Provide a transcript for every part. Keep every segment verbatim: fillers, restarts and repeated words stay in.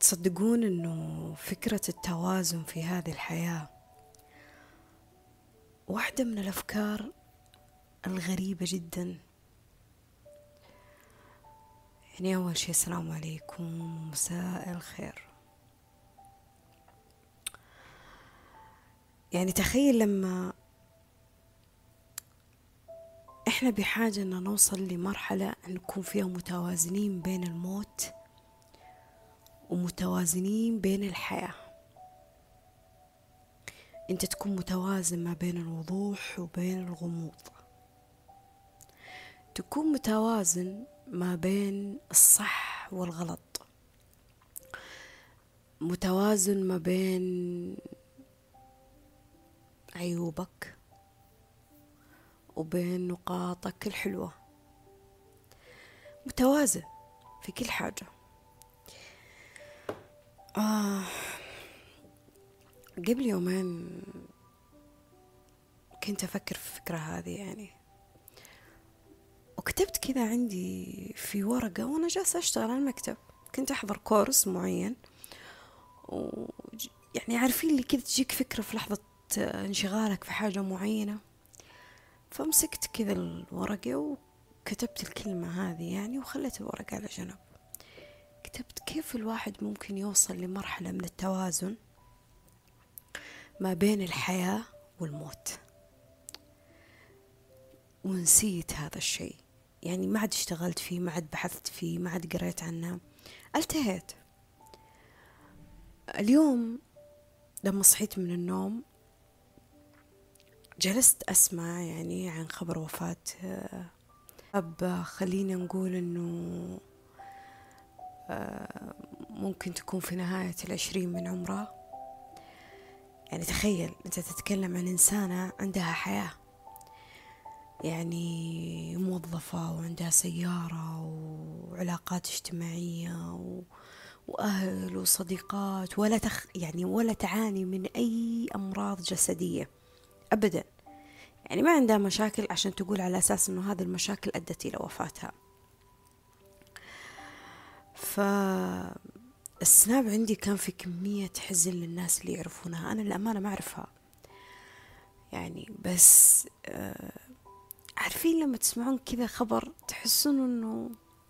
تصدقون انه فكرة التوازن في هذه الحياة واحدة من الافكار الغريبة جدا. يعني اول شيء السلام عليكم ومساء الخير. يعني تخيل لما احنا بحاجة ان نوصل لمرحلة نكون فيها متوازنين بين الموت ومتوازنين بين الحياة. انت تكون متوازن ما بين الوضوح وبين الغموض، تكون متوازن ما بين الصح والغلط، متوازن ما بين عيوبك وبين نقاطك الحلوة، متوازن في كل حاجة. آه قبل يومين كنت أفكر في الفكرة هذه يعني، وكتبت كذا عندي في ورقة وأنا جالسة أشتغل على المكتب. كنت أحضر كورس معين و يعني عارفين اللي كذا تجيك فكرة في لحظة انشغالك في حاجة معينة، فمسكت كذا الورقة وكتبت الكلمة هذه يعني، وخليت الورقة على جنب. كتبت كيف الواحد ممكن يوصل لمرحلة من التوازن ما بين الحياة والموت، ونسيت هذا الشيء. يعني ما عاد اشتغلت فيه، ما عاد بحثت فيه، ما عاد قريت عنه، التهيت. اليوم لما صحيت من النوم جلست أسمع يعني عن خبر وفاة أب، خلينا نقول أنه ممكن تكون في نهاية العشرين من عمره. يعني تخيل أنت تتكلم عن إنسانة عندها حياة، يعني موظفة وعندها سيارة وعلاقات اجتماعية و... وأهل وصديقات، ولا تخ... يعني ولا تعاني من أي أمراض جسدية أبدا. يعني ما عندها مشاكل عشان تقول على أساس أنه هذه المشاكل أدت إلى وفاتها. فالسناب عندي كان في كمية حزن للناس اللي يعرفونها، أنا للأمانة ما أعرفها يعني، بس آه عارفين لما تسمعون كذا خبر تحسون أنه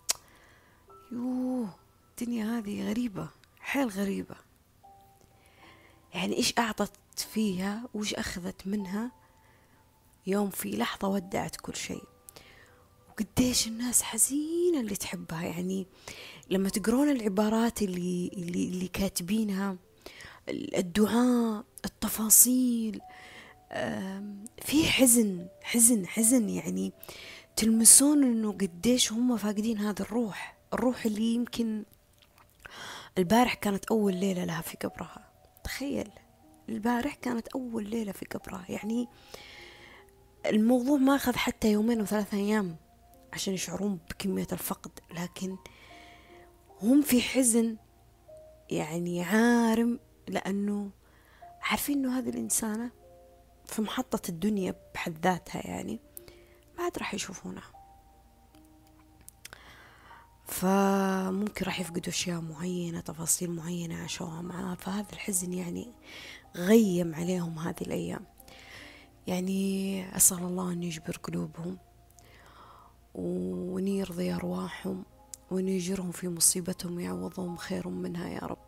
يوه الدنيا هذه غريبة، حيل غريبة. يعني إيش أعطت فيها وإيش أخذت منها يوم في لحظة ودعت كل شيء، وقديش الناس حزينة اللي تحبها. يعني لما تقرون العبارات اللي, اللي, اللي كاتبينها، الدعاء، التفاصيل، في حزن حزن حزن يعني تلمسون انه قديش هم فاقدين هذا الروح الروح اللي يمكن البارح كانت اول ليلة لها في قبرها. تخيل البارح كانت اول ليلة في قبرها، يعني الموضوع ما اخذ حتى يومين وثلاثة ايام عشان يشعرون بكمية الفقد، لكن هم في حزن يعني عارم، لانه عارفين انه هذه الانسانة في محطة الدنيا بحد ذاتها، يعني ما عاد راح يشوفونها، فممكن راح يفقدوا أشياء معينة، تفاصيل معينة عاشوها معاه. فهذا الحزن يعني غيم عليهم هذه الأيام. يعني أسأل الله أن يجبر قلوبهم وأن يرضي أرواحهم وأن يجرهم في مصيبتهم ويعوضهم خير منها يا رب.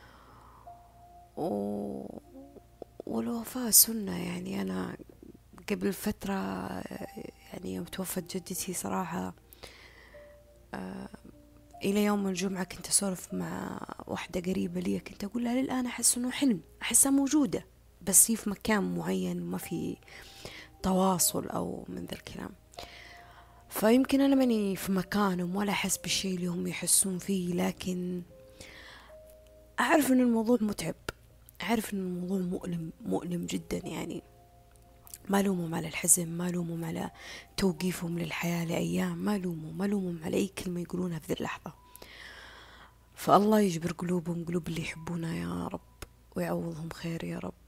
و... والوفاة سنة. يعني أنا قبل فترة يعني يوم توفت جدتي صراحة آه إلى يوم الجمعة كنت أسولف مع واحدة قريبة لي، كنت أقول لها للآن أحس أنه حلم، أحسها موجودة بس هي في مكان معين ما في تواصل أو من ذا الكلام. فيمكن أنا ماني في مكانهم ولا أحس بالشيء اللي هم يحسون فيه، لكن أعرف أن الموضوع متعب، أعرف أن الموضوع مؤلم مؤلم جدا. يعني ما لومهم على الحزن، ما لومهم على توقيفهم للحياة لأيام، ما لومهم ما لومهم على أي كلمة يقولونها في ذي اللحظة. فالله يجبر قلوبهم، قلوب اللي يحبونا يا رب، ويعوضهم خير يا رب،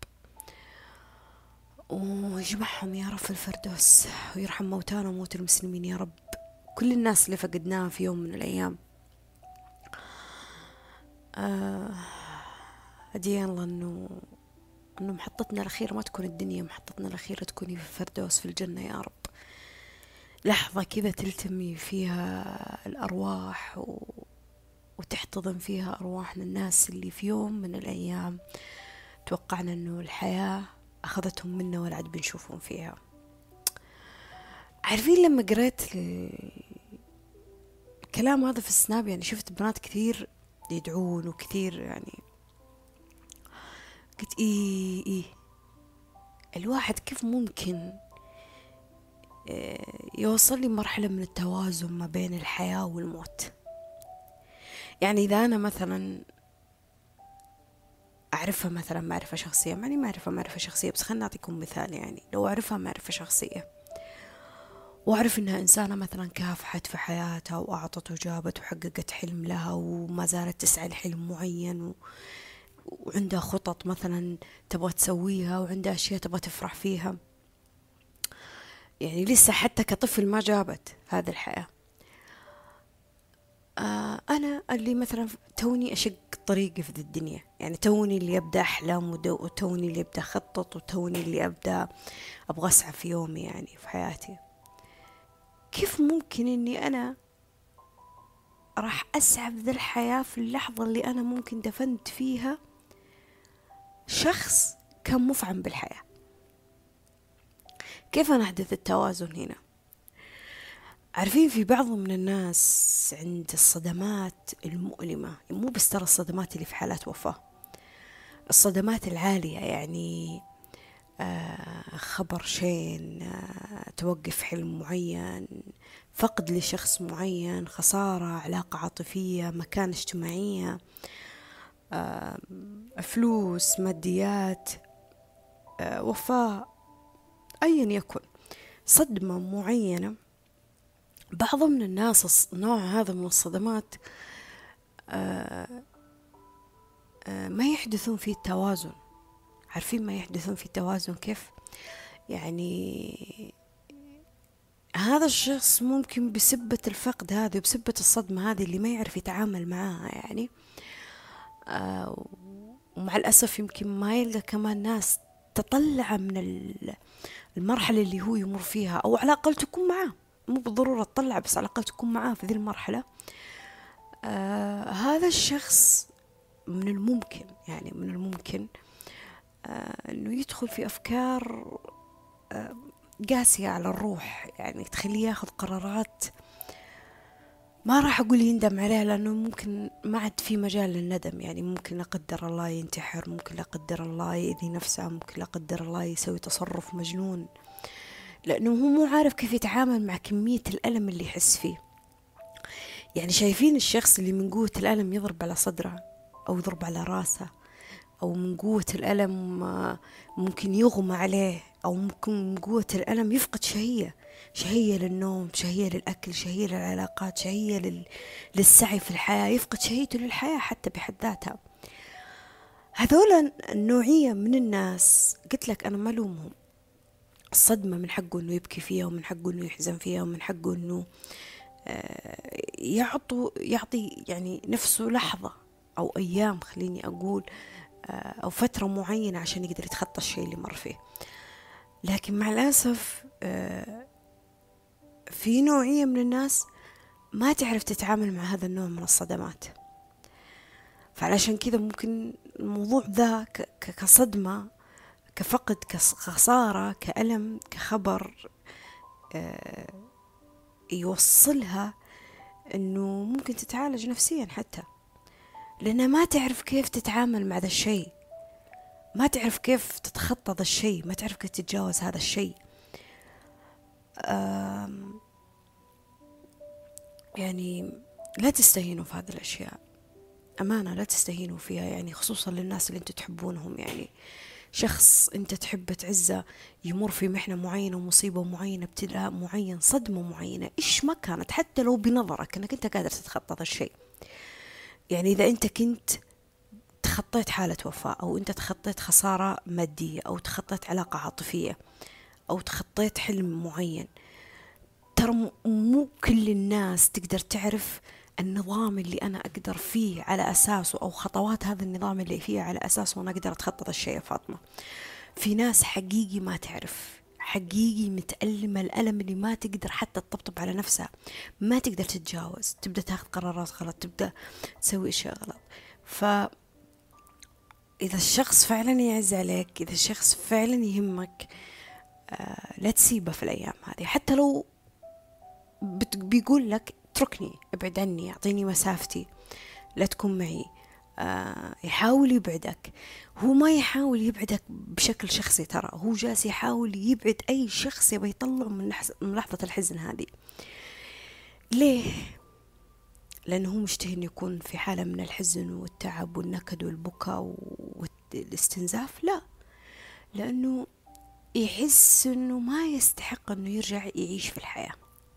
ويجمعهم يا رب في الفردوس، ويرحم موتانا وموت المسلمين يا رب، كل الناس اللي فقدناها في يوم من الأيام. آه أدعي الله إنه إنه محطتنا الأخيرة ما تكون الدنيا، محطتنا الأخيرة تكوني في الفردوس في الجنة يا رب. لحظة كذا تلتمي فيها الأرواح و... وتحتضن فيها أرواحنا، الناس اللي في يوم من الأيام توقعنا إنه الحياة أخذتهم منا ولا عاد بنشوفهم فيها. عارفين لما قريت الكلام هذا في السناب، يعني شفت بنات كثير يدعون وكثير، يعني قلت إيه إيه الواحد كيف ممكن يوصل لي مرحلة من التوازن ما بين الحياة والموت. يعني إذا أنا مثلا أعرفها مثلا معرفة شخصية، معني معرفة معرفة شخصية بس خلنا نعطيكم مثال، يعني لو أعرفها معرفة شخصية وأعرف إنها إنسانة مثلا كافحت في حياتها وأعطت وجابت وحققت حلم لها وما زالت تسعى لحلم معين و... وعندها خطط مثلا تبغى تسويها وعندها أشياء تبغى تفرح فيها، يعني لسه حتى كطفل ما جابت هذه الحياة. آه أنا اللي مثلا توني أشق طريقي في ذي الدنيا، يعني توني اللي أبدأ أحلم وتوني اللي أبدأ أخطط وتوني اللي أبدأ أبغى أسعى في يومي يعني في حياتي. كيف ممكن إني أنا راح أسعى بذي الحياة في اللحظة اللي أنا ممكن دفنت فيها شخص كان مفعم بالحياة؟ كيف أنا أحدث التوازن هنا؟ عارفين في بعض من الناس عند الصدمات المؤلمة، مو بس ترى الصدمات اللي في حالات وفاة، الصدمات العالية، يعني آه خبر شين، آه توقف حلم معين، فقد لشخص معين، خسارة، علاقة عاطفية، مكانة اجتماعية، آه فلوس، ماديات، آه وفاة، أيا يكن صدمة معينة. بعض من الناس نوع هذا من الصدمات آه آه ما يحدثون فيه التوازن. عارفين ما يحدثون فيه التوازن كيف؟ يعني هذا الشخص ممكن بسبة الفقد هذا وبسبة الصدمة هذه اللي ما يعرف يتعامل معها، يعني آه ومع الأسف يمكن ما يلقى كمان ناس تطلع من المرحلة اللي هو يمر فيها، أو على الأقل تكون معاه، مو بالضرورة تطلع بس على الأقل تكون معاه في ذي المرحلة. آه هذا الشخص من الممكن، يعني من الممكن آه أنه يدخل في أفكار آه قاسية على الروح، يعني تخليه ياخذ قرارات ما راح أقول يندم عليها لأنه ممكن ما عاد في مجال للندم، يعني ممكن لا قدر الله ينتحر، ممكن لا قدر الله يأذي نفسه، ممكن لا قدر الله يسوي تصرف مجنون، لأنه هو مو عارف كيف يتعامل مع كمية الألم اللي يحس فيه. يعني شايفين الشخص اللي من قوة الألم يضرب على صدره أو يضرب على راسه، أو من قوة الألم ممكن يغمى عليه، أو ممكن من قوة الألم يفقد شهية، شهية للنوم، شهية للأكل، شهية للعلاقات، شهية لل... للسعي في الحياة، يفقد شهيته للحياة حتى بحد ذاتها. هذولا النوعية من الناس قلت لك أنا ما ألومهم، الصدمة من حقه إنه يبكي فيها، ومن حقه إنه يحزن فيها، ومن حقه إنه يعطوا يعطي يعني نفسه لحظة أو أيام، خليني أقول أو فترة معينة عشان يقدر يتخطى الشيء اللي مر فيه. لكن مع الأسف في نوعية من الناس ما تعرف تتعامل مع هذا النوع من الصدمات، فعلشان كذا ممكن الموضوع ذا كصدمة، كفقد، كخسارة، كألم، كخبر يوصلها انه ممكن تتعالج نفسيا حتى، لانها ما تعرف كيف تتعامل مع ذا الشيء، ما تعرف كيف تتخطى ذا الشيء، ما تعرف كيف تتجاوز هذا الشيء. يعني لا تستهينوا في هذه الاشياء، امانة لا تستهينوا فيها، يعني خصوصا للناس اللي انتم تحبونهم. يعني شخص انت تحب تعزه يمر في محنة معينة ومصيبة معينة، ابتلاء معين، صدمة معينة، ايش ما كانت، حتى لو بنظرك انك انت قادر تتخطى هذا الشيء. يعني اذا انت كنت تخطيت حالة وفاة، او انت تخطيت خسارة مادية، او تخطيت علاقة عاطفية، او تخطيت حلم معين، ترى مو كل الناس تقدر تعرف النظام اللي أنا أقدر فيه على أساسه، أو خطوات هذا النظام اللي فيه على أساسه أنا أقدر أتخطى الشيء يا فاطمة. في ناس حقيقي ما تعرف، حقيقي متألمة الألم اللي ما تقدر حتى تطبطب على نفسها، ما تقدر تتجاوز، تبدأ تاخذ قرارات غلط، تبدأ تسوي أشياء غلط. فإذا الشخص فعلا يعز عليك، إذا الشخص فعلا يهمك، آه لا تسيبه في الأيام هذه. حتى لو بيقول لك اتركني، ابعد عني، اعطيني مسافتي، لا تكون معي، آه يحاول يبعدك. هو ما يحاول يبعدك بشكل شخصي، ترى هو جالس يحاول يبعد أي شخص يبي يطلعه من, من لحظة الحزن هذه. ليه؟ لأنه هو مشتهي أنه يكون في حالة من الحزن والتعب والنكد والبكاء والاستنزاف؟ لا، لأنه يحس أنه ما يستحق أنه يرجع يعيش في الحياة،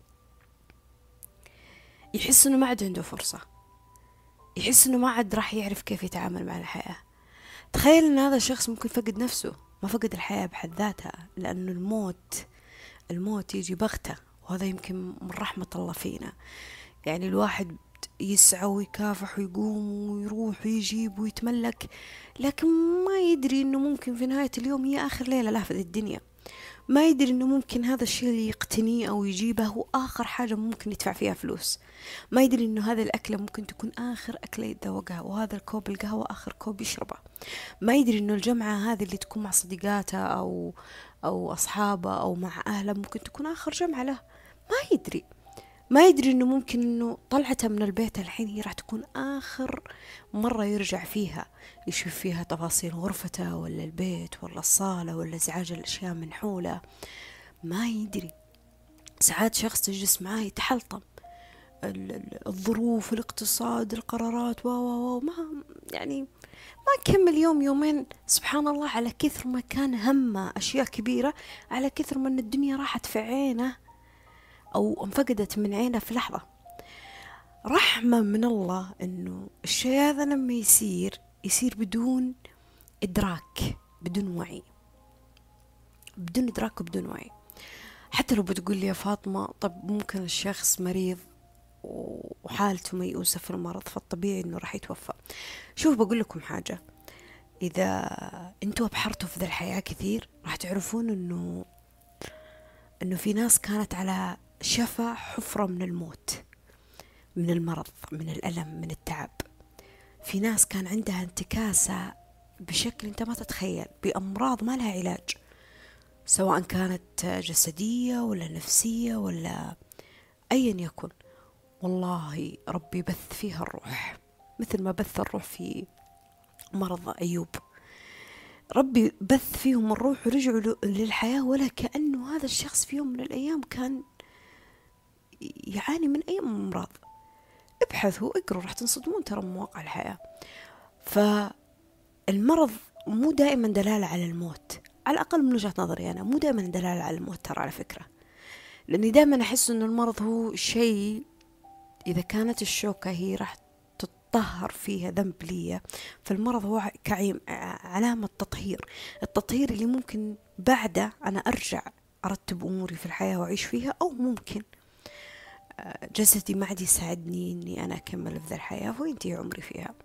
يحس أنه ما عاد عنده فرصة، يحس أنه ما عاد راح يعرف كيف يتعامل مع الحياة. تخيل أن هذا الشخص ممكن فقد نفسه، ما فقد الحياة بحد ذاتها، لأنه الموت الموت يجي بغتة، وهذا يمكن من رحمة الله فينا. يعني الواحد يسعى ويكافح ويقوم ويروح ويجيب ويتملك، لكن ما يدري أنه ممكن في نهاية اليوم هي آخر ليلة له في الدنيا. ما يدري أنه ممكن هذا الشيء اللي يقتنيه أو يجيبه هو آخر حاجة ممكن يدفع فيها فلوس. ما يدري أنه هذه الأكلة ممكن تكون آخر أكلة يتذوقها، وهذا الكوب القهوة آخر كوب يشربه. ما يدري أنه الجمعة هذه اللي تكون مع صديقاته أو أو أصحابه أو مع أهله ممكن تكون آخر جمعة له. ما يدري ما يدري أنه ممكن أنه طلعته من البيت الحين هي راح تكون آخر مرة يرجع فيها، يشوف فيها تفاصيل غرفته ولا البيت ولا الصالة ولا إزعاج الأشياء من حوله. ما يدري. ساعات شخص تجلس معاه يتحلطم الظروف، الاقتصاد، القرارات، و و و ما يعني ما كمل يوم يومين سبحان الله، على كثر ما كان همه أشياء كبيرة، على كثر ما أن الدنيا راحت في عينه أو انفقدت من عينه في لحظة. رحمة من الله أنه الشيء هذا لما يصير يصير بدون إدراك، بدون وعي، بدون إدراك وبدون وعي. حتى لو بتقول لي يا فاطمة طب ممكن الشخص مريض وحالته ميؤوسة في المرض فالطبيعي أنه راح يتوفى. شوف بقول لكم حاجة، إذا أنتوا أبحرتوا في ذا الحياة كثير راح تعرفون أنه أنه في ناس كانت على شفا حفرة من الموت، من المرض، من الألم، من التعب. في ناس كان عندها انتكاسة بشكل أنت ما تتخيل، بأمراض ما لها علاج، سواء كانت جسدية ولا نفسية ولا أيا يكن. والله ربي بث فيها الروح مثل ما بث الروح في مرض أيوب. ربي بث فيهم الروح ورجعوا للحياة، ولا كأنه هذا الشخص في يوم من الأيام كان يعاني من أي أمراض. ابحثوا اقروا راح تنصدمون ترى من واقع الحياة. فالمرض مو دائما دلالة على الموت، على الأقل من وجهة نظري أنا مو دائما دلالة على الموت ترى على فكرة. لأني دائما أحس أن المرض هو شيء إذا كانت الشوكة هي راح تطهر فيها ذنب لي، فالمرض هو كعيم علامة تطهير، التطهير اللي ممكن بعده أنا أرجع أرتب أموري في الحياة وأعيش فيها، أو ممكن جسدي ما عاد يساعدني إني أنا أكمل في ذا الحياة وينتهي عمري فيها.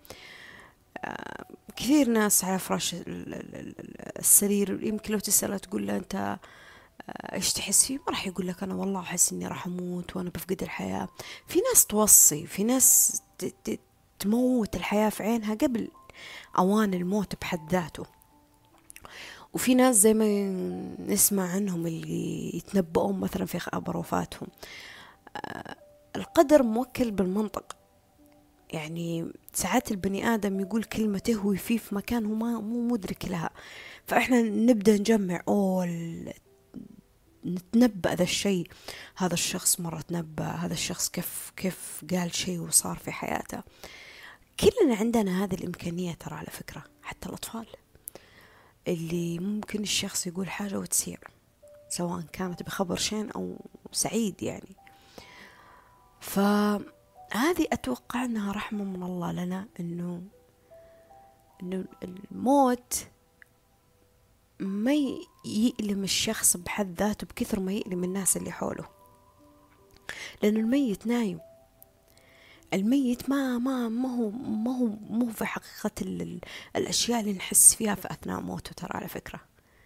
كثير ناس على فراش السرير يمكن لو تسأله تقول له أنت إيش تحس فيه، ما راح يقول لك أنا والله أحس إني راح أموت وأنا بفقد الحياة. في ناس توصي، في ناس تموت الحياة في عينها قبل أوان الموت بحد ذاته، وفي ناس زي ما نسمع عنهم اللي يتنبؤون مثلا في خبر وفاتهم. القدر موكل بالمنطق، يعني ساعات البني آدم يقول كلمة تهوي فيه في مكان هو ما مو مدرك لها، فإحنا نبدأ نجمع أول نتنبأ ذا الشيء، هذا الشخص مرة تنبأ، هذا الشخص كيف كيف قال شيء وصار في حياته. كلنا عندنا هذه الإمكانية ترى على فكرة، حتى الأطفال اللي ممكن الشخص يقول حاجة وتصير، سواء كانت بخبر شين أو سعيد يعني. فهذه أتوقع أنها رحمة من الله لنا، إنه إنه الموت ما يألم الشخص بحد ذاته بكثر ما يألم الناس اللي حوله، لأنه الميت نايم. الميت ما ما ما هو ما هو مو في حقيقة ال- ال- الأشياء اللي نحس فيها في أثناء موته، ترى على فكرة.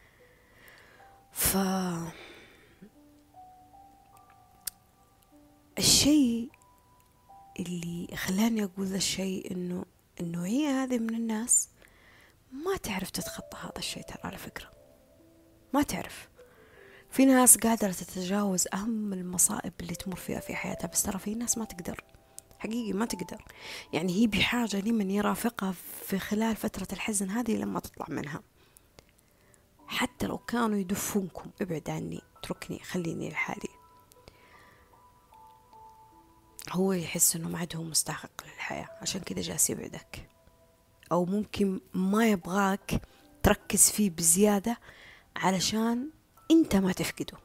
فالشيء اللي خلاني أقول ذا الشيء إنه النوعية هذه من الناس ما تعرف تتخطى هذا الشيء، ترى على فكرة ما تعرف. في ناس قادرة تتجاوز أهم المصائب اللي تمر فيها في حياتها، بس ترى في ناس ما تقدر، حقيقي ما تقدر. يعني هي بحاجة لمن يرافقها في خلال فترة الحزن هذه لما تطلع منها، حتى لو كانوا يدفونكم، ابعد عني، اتركني، خليني لحالي. هو يحس انه ما عاد هو مستحق للحياة، عشان كذا جالس يبعدك، او ممكن ما يبغاك تركز فيه بزيادة علشان انت ما تفقده.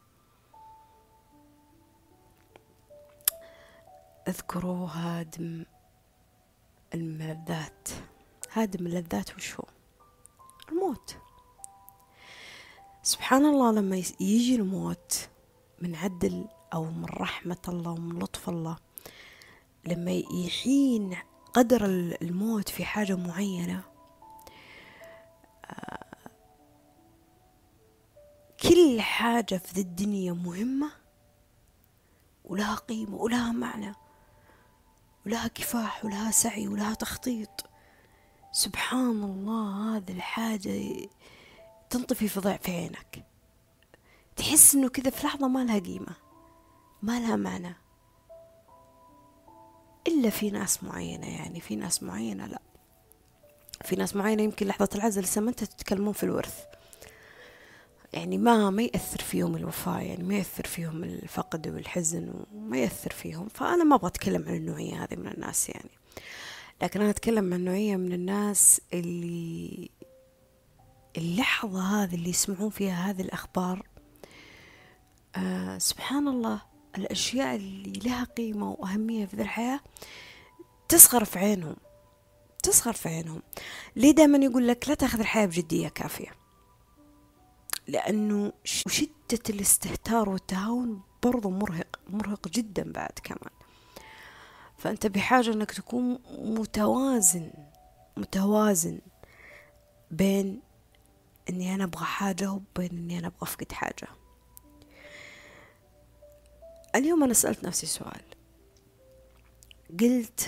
اذكروا هادم الملذات، هادم اللذات وش هو؟ الموت. سبحان الله، لما يجي الموت من عدل أو من رحمة الله ومن لطف الله، لما يحين قدر الموت في حاجة معينة، كل حاجة في ذي الدنيا مهمة ولها قيمة ولها معنى ولها كفاح ولها سعي ولها تخطيط. سبحان الله، هذه الحاجة تنطفي في ضعف عينك، تحس انه كذا في لحظة ما لها قيمة، ما لها معنى. إلا في ناس معينة، يعني في ناس معينة لا، في ناس معينة يمكن لحظة العزل لسه ما انت تتكلمون في الورث، يعني ما ما يأثر فيهم الوفاة، يعني ما يأثر فيهم الفقد والحزن وما يأثر فيهم. فأنا ما أبغى أتكلم عن النوعية هذه من الناس يعني، لكن أنا أتكلم عن نوعية من الناس اللي اللحظة هذه اللي يسمعون فيها هذه الأخبار، آه سبحان الله، الأشياء اللي لها قيمة وأهمية في ذي الحياة تصغر في عينهم، تصغر في عينهم. ليه دائما يقول لك لا تأخذ الحياة بجدية كافية؟ لأنه شدة الاستهتار والتهاون برضو مرهق، مرهق جدا بعد كمان. فأنت بحاجة أنك تكون متوازن، متوازن بين أني أنا أبغى حاجة وبين أني أنا أبغى أفقد حاجة. اليوم أنا سألت نفسي سؤال، قلت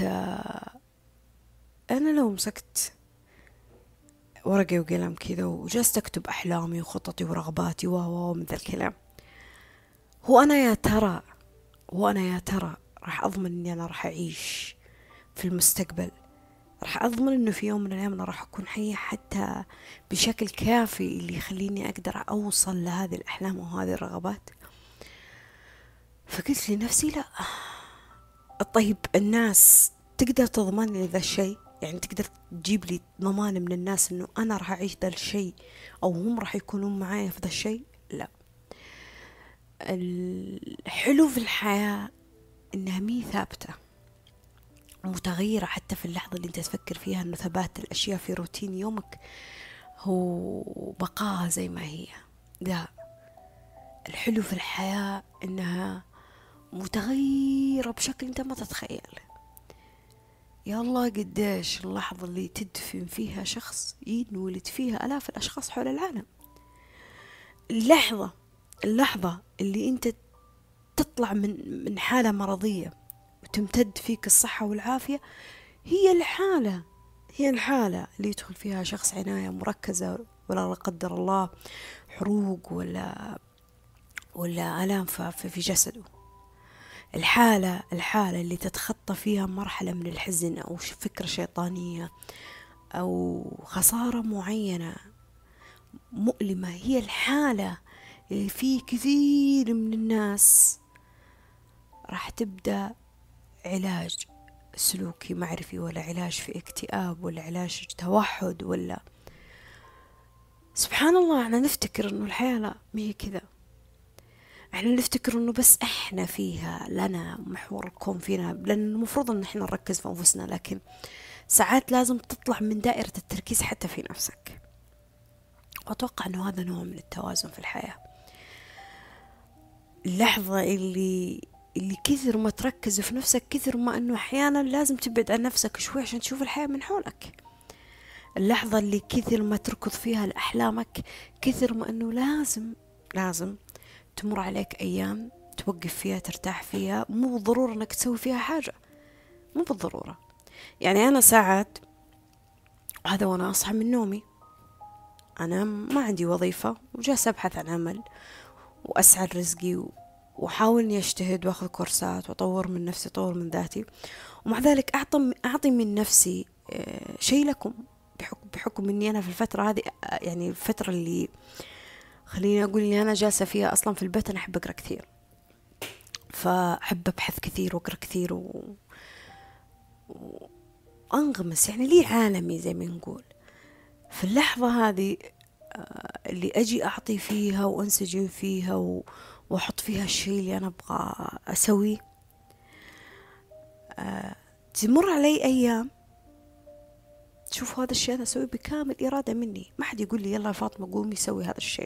أنا لو مسكت ورقة وقلم كذا وجلست أكتب أحلامي وخططي ورغباتي و من ذا الكلام، هو أنا يا ترى هو أنا يا ترى راح أضمن أني أنا راح أعيش في المستقبل؟ راح أضمن أنه في يوم من الأيام أنا راح أكون حية حتى بشكل كافي اللي يخليني أقدر أوصل لهذه الأحلام وهذه الرغبات؟ فقلت لنفسي لا. طيب الناس تقدر تضمن لي ذا الشيء؟ يعني تقدر تجيب لي ضمان من الناس أنه أنا راح أعيش ذا الشيء أو هم راح يكونون معايا في ذا الشيء؟ لا. الحلو في الحياة إنها مي ثابتة، متغيرة، حتى في اللحظة اللي أنت تفكر فيها أنه ثبات الأشياء في روتين يومك هو بقاها زي ما هي. لا، الحلو في الحياة إنها متغيرة بشكل أنت ما تتخيل. يا الله قديش اللحظة اللي تدفن فيها شخص ينولد فيها آلاف الأشخاص حول العالم. اللحظة اللحظة اللي أنت تطلع من من حالة مرضية وتمتد فيك الصحة والعافية، هي الحالة هي الحالة اللي يدخل فيها شخص عناية مركزة، ولا لا قدر الله حروق ولا ولا آلام في جسده. الحالة الحالة اللي تتخطى فيها مرحلة من الحزن أو فكرة شيطانية أو خسارة معينة مؤلمة، هي الحالة اللي في كثير من الناس راح تبدأ علاج سلوكي معرفي، ولا علاج في اكتئاب، ولا علاج توحد. ولا سبحان الله، احنا نفتكر انه الحياة لا ما هي كذا، احنا نفتكر انه بس احنا فيها، لنا محور الكون فينا، لان المفروض ان احنا نركز في انفسنا، لكن ساعات لازم تطلع من دائرة التركيز حتى في نفسك. واتوقع انه هذا نوع من التوازن في الحياة. اللحظة اللي اللي كثر ما تركز في نفسك كثر ما أنه أحيانا لازم تبعد عن نفسك شوي عشان تشوف الحياة من حولك. اللحظة اللي كثر ما تركض فيها لأحلامك كثر ما أنه لازم لازم تمر عليك أيام توقف فيها ترتاح فيها، مو بالضرورة أنك تسوي فيها حاجة، مو بالضرورة. يعني أنا ساعات، هذا وأنا أصحى من نومي، أنا ما عندي وظيفة وجالسة أبحث عن عمل وأسعى لرزقي وأحاول إني أجتهد وأخذ كورسات وأطور من نفسي أطور من ذاتي، ومع ذلك أعطي أعطي من نفسي شيء لكم، بحكم بحكم إني أنا في الفترة هذه، يعني الفترة اللي خليني أقول إني أنا جالسة فيها أصلا في البيت، أنا أحب أقرأ كثير، فأحب أبحث كثير وأقرأ كثير و... وأنغمس، يعني لي عالمي زي ما نقول. في اللحظة هذه اللي أجي أعطي فيها وأنسجم فيها و... وأحط فيها الشيء اللي أنا أبغى أسويه، أه... تمر علي أيام تشوف هذا الشيء أنا أسويه بكامل إرادة مني، ما حد يقول لي يلا فاطمة قومي سوي هذا الشيء.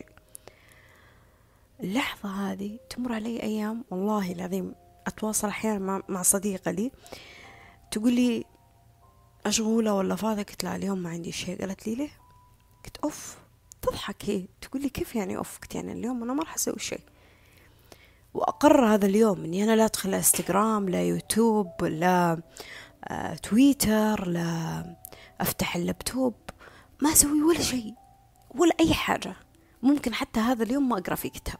اللحظة هذه تمر علي أيام والله العظيم أتواصل أحيانا مع, مع صديقة لي تقول لي مشغولة ولا فاضية؟ قلت لها اليوم ما عندي شيء. قالت لي ليه؟ قلت أوف. تضحك هي تقول لي كيف يعني أوف؟ قلت يعني اليوم أنا ما راح أسوي شيء، وأقرر هذا اليوم إني أنا لا أدخل انستغرام لا يوتيوب لا آه تويتر لا أفتح اللابتوب، ما أسوي ولا شيء ولا أي حاجة. ممكن حتى هذا اليوم ما أقرأ في كتاب،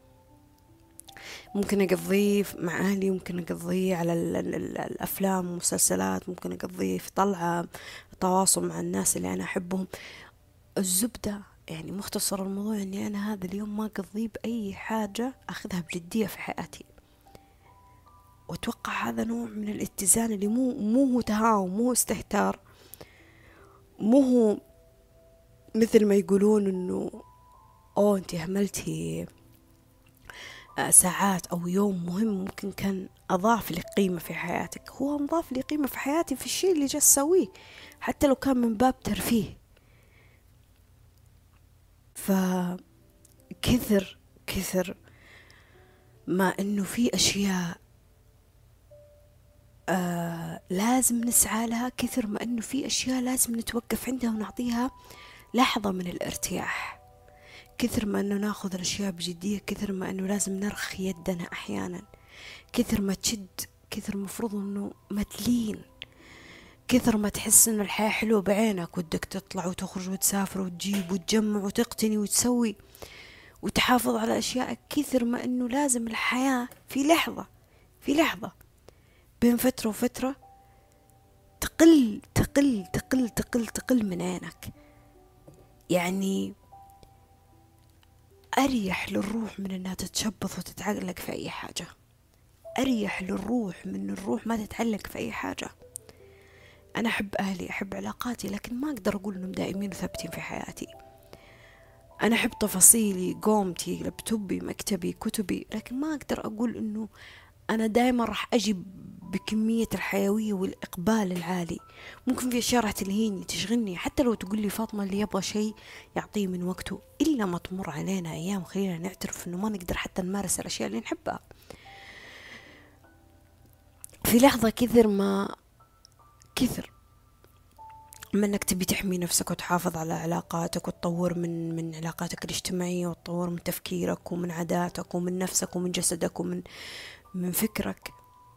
ممكن أقضيه مع أهلي، ممكن أقضيه على ال ال ال الأفلام والمسلسلات، ممكن أقضيه في طلعة تواصل مع الناس اللي أنا أحبهم. الزبدة يعني مختصر الموضوع أني أنا هذا اليوم ما أقضيه بأي حاجة أخذها بجدية في حياتي، وأتوقع هذا نوع من الاتزان اللي مو مو هو تهاون، مو استهتار، مو هو مثل ما يقولون أنه أوه أنتي هملتي ساعات أو يوم مهم ممكن كان أضاف لي قيمة في حياتك. هو مضاف لي قيمة في حياتي في الشيء اللي جالس أسويه حتى لو كان من باب ترفيه. فكثر كثر ما إنه في أشياء آه لازم نسعى لها، كثر ما إنه في أشياء لازم نتوقف عندها ونعطيها لحظة من الارتياح. كثر ما إنه ناخذ الأشياء بجدية، كثر ما إنه لازم نرخي يدنا أحيانا، كثر ما تشد، كثر مفروض إنه ما تلين، كثر ما تحس إن الحياة حلوة بعينك ودك تطلع وتخرج وتسافر وتجيب وتجمع وتقتني وتسوي وتحافظ على أشياء، كثر ما إنه لازم الحياة في لحظة في لحظة بين فترة وفترة تقل تقل تقل تقل تقل من عينك. يعني أريح للروح من أنها تتشبث وتتعلق في أي حاجة، أريح للروح من الروح ما تتعلق في أي حاجة. أنا أحب أهلي، أحب علاقاتي، لكن ما أقدر أقول أنهم دائمين وثابتين في حياتي. أنا أحب تفاصيلي، قومتي، لابتوبي، مكتبي، كتبي، لكن ما أقدر أقول أنه أنا دائما راح أجي بكمية الحيوية والإقبال العالي. ممكن في أشياء راح تلهيني تشغلني، حتى لو تقول لي فاطمة اللي يبغى شيء يعطيه من وقته، إلا ما تمر علينا أيام خلينا نعترف أنه ما نقدر حتى نمارس الأشياء اللي نحبها. في لحظة كثر ما كثر ما انك تبي تحمي نفسك وتحافظ على علاقاتك وتطور من من علاقاتك الاجتماعية وتطور من تفكيرك ومن عاداتك ومن نفسك ومن جسدك ومن من فكرك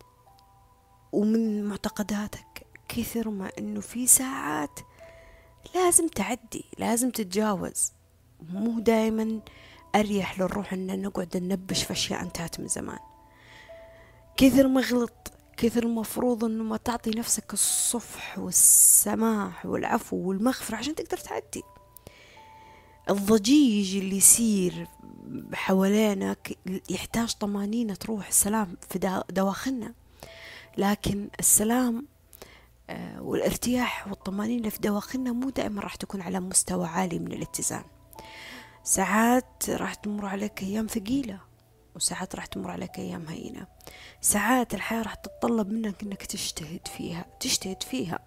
ومن معتقداتك، كثر ما انه في ساعات لازم تعدي، لازم تتجاوز. مو دائما اريح للروح ان نقعد ننبش في اشياء انتهت من زمان. كثر ما غلط، كثر المفروض انه ما تعطي نفسك الصفح والسماح والعفو والمغفرة عشان تقدر تعدي. الضجيج اللي يصير حوالينك يحتاج طمانينة روح السلام في دواخلنا، لكن السلام والارتياح والطمانينة في دواخلنا مو دائما راح تكون على مستوى عالي من الاتزان. ساعات راح تمر عليك أيام ثقيلة، وساعات راح تمر عليك أيام هينة. ساعات الحياة راح تتطلب منك أنك تجتهد فيها تجتهد فيها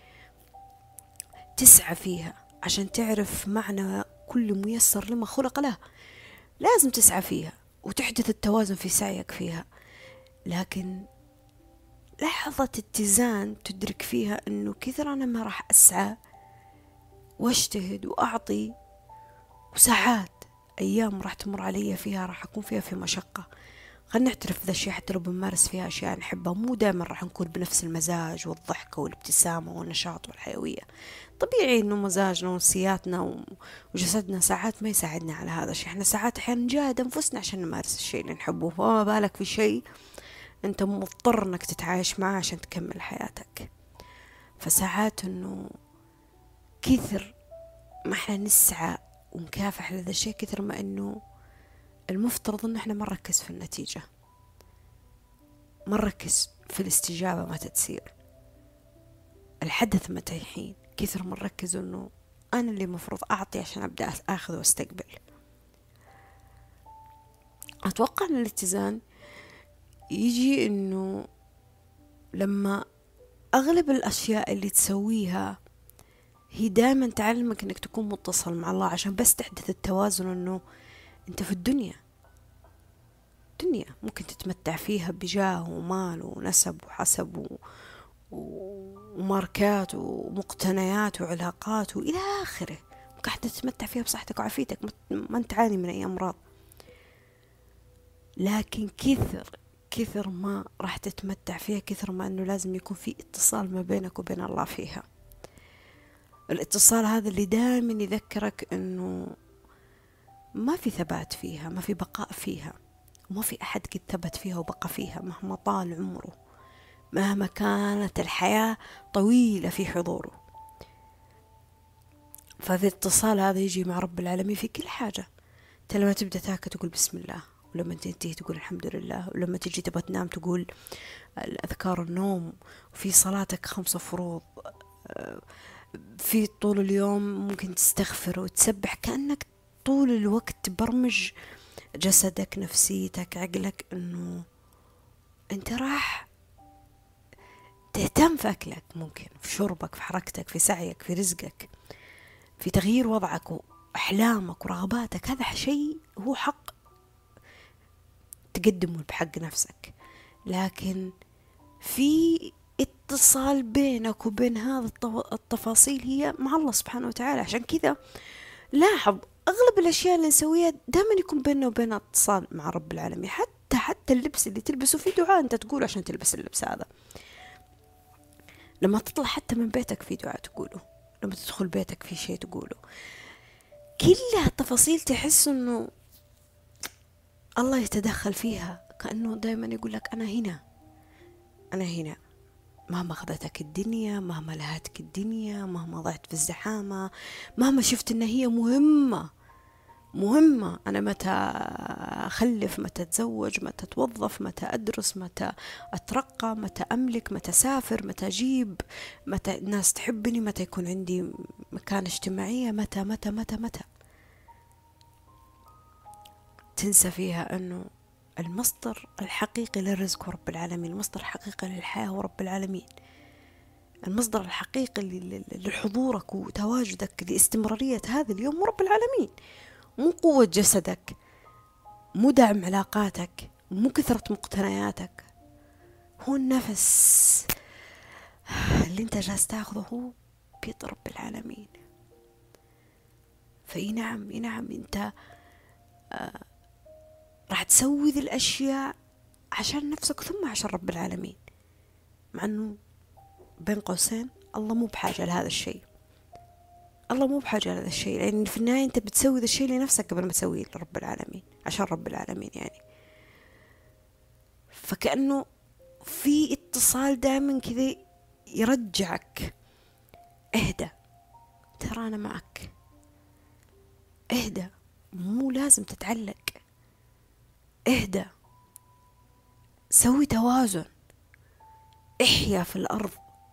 تسعى فيها عشان تعرف معنى كل ميسر لما خلق له. لازم تسعى فيها وتحدث التوازن في سعيك فيها. لكن لحظة اتزان تدرك فيها أنه كثر أنا ما راح أسعى واجتهد وأعطي، وساعات أيام راح تمر علي فيها راح أكون فيها في مشقة. خلنا نعترف ذا الشيء، حتى لو بنمارس فيها أشياء نحبها مو دائما راح نكون بنفس المزاج والضحكة والابتسامة والنشاط والحيوية. طبيعي إنه مزاجنا ونفسياتنا وجسدنا ساعات ما يساعدنا على هذا الشيء. إحنا ساعات أحيانا نجاهد أنفسنا عشان نمارس الشيء اللي نحبه، فما بالك في شيء أنت مضطر إنك تتعايش معه عشان تكمل حياتك. فساعات إنه كثر ما إحنا نسعى ونكافح لهذا الشيء، كثر ما إنه المفترض إن إحنا ما نركز في النتيجة، ما نركز في الاستجابة متى تصير، الحدث متى يحين، كثر ما نركز إنه أنا اللي مفروض أعطي عشان أبدأ أخذ واستقبل. أتوقع أن الاتزان يجي إنه لما أغلب الأشياء اللي تسويها هي دائما تعلمك إنك تكون متصل مع الله، عشان بس تحدث التوازن. إنه أنت في الدنيا دنيا ممكن تتمتع فيها بجاه ومال ونسب وحسب و... وماركات ومقتنيات وعلاقات وإلى آخره، ممكن حتى تتمتع فيها بصحتك وعافيتك، ما انت عاني من أي أمراض. لكن كثر كثر ما راح تتمتع فيها، كثر ما أنه لازم يكون في اتصال ما بينك وبين الله فيها. الاتصال هذا اللي دائما يذكرك أنه ما في ثبات فيها، ما في بقاء فيها، وما في أحد قد ثبت فيها وبقى فيها مهما طال عمره، مهما كانت الحياة طويلة في حضوره. ففي الاتصال هذا يجي مع رب العالمين في كل حاجة. انت لما تبدأ تاكل تقول بسم الله، ولما تنتهي تقول الحمد لله، ولما تجي تبغى تنام تقول الأذكار النوم، وفي صلاتك خمسة فروض، في طول اليوم ممكن تستغفر وتسبح، كأنك طول الوقت تبرمج جسدك نفسيتك عقلك انه انت راح تهتم في أكلك، ممكن في شربك، في حركتك، في سعيك، في رزقك، في تغيير وضعك وأحلامك ورغباتك. هذا شيء هو حق تقدمه بحق نفسك، لكن في اتصال بينك وبين هذا التفاصيل هي مع الله سبحانه وتعالى. عشان كذا لاحظ أغلب الأشياء اللي نسويها دائما يكون بيننا وبين اتصال مع رب العالمين. حتى حتى اللبس اللي تلبسه في دعاء أنت تقول عشان تلبس اللبس هذا. لما تطلع حتى من بيتك في دعاء تقوله، لما تدخل بيتك في شيء تقوله. كلها تفاصيل تحس انه الله يتدخل فيها، كأنه دائما يقول لك أنا هنا، أنا هنا، مهما أخذتك الدنيا، مهما لهتك الدنيا، مهما ضعت في الزحامة، مهما شفت إن هي مهمة مهمة، أنا متى أخلف، متى أتزوج، متى أتوظف، متى أدرس، متى أترقى، متى أملك، متى أسافر، متى أجيب، متى الناس تحبني، متى يكون عندي مكان اجتماعية، متى متى متى متى تنسى فيها أنه المصدر الحقيقي للرزق هو رب العالمين، المصدر الحقيقي للحياة هو رب العالمين، المصدر الحقيقي لحضورك وتواجدك لاستمرارية هذا اليوم هو رب العالمين. مو قوة جسدك، مو دعم علاقاتك، مو كثرة مقتنياتك، هو النفس اللي انت جالس تاخذه هو بيد رب العالمين. فاي نعم اي نعم انت آه راح تسوي ذي الاشياء عشان نفسك ثم عشان رب العالمين، مع انه بين قوسين الله مو بحاجة لهذا الشيء، الله مو بحاجة لهذا الشيء، لأن يعني في النهاية أنت بتسوي ذا الشيء لنفسك قبل ما تسويه لرب العالمين، عشان رب العالمين يعني. فكأنه في اتصال دائما كذا يرجعك، اهدى، ترى أنا معك، اهدى، مو لازم تتعلق، اهدى، سوي توازن، احيا في الأرض،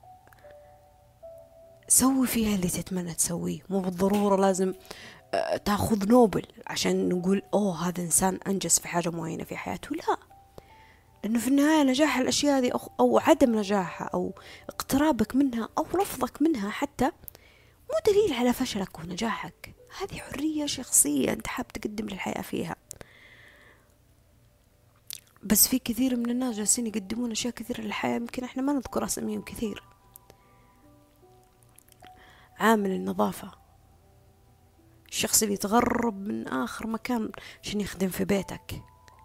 سوي فيها اللي تتمنى تسويه. مو بالضرورة لازم تاخذ نوبل عشان نقول أوه هذا إنسان أنجز في حاجة معينة في حياته، لا، لأنه في النهاية نجاح الأشياء هذه أو عدم نجاحها أو اقترابك منها أو رفضك منها حتى مو دليل على فشلك ونجاحك. هذه حرية شخصية أنت حاب تقدم للحياة فيها. بس في كثير من الناس جالسين يقدمون أشياء كثيرة للحياة يمكن إحنا ما نذكر أساميهم كثير. عامل النظافة، الشخص اللي يتغرب من آخر مكان عشان يخدم في بيتك.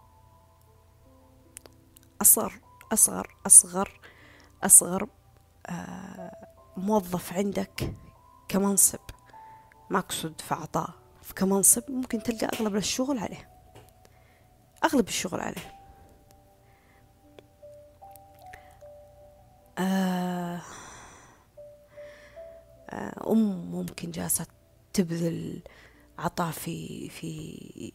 أصغر أصغر أصغر أصغر آه موظف عندك كمنصب، ما أقصد في عطاء، كمنصب ممكن تلقى أغلب الشغل عليه، أغلب الشغل عليه. آه آه أم ممكن جالسة تبذل عطاء في في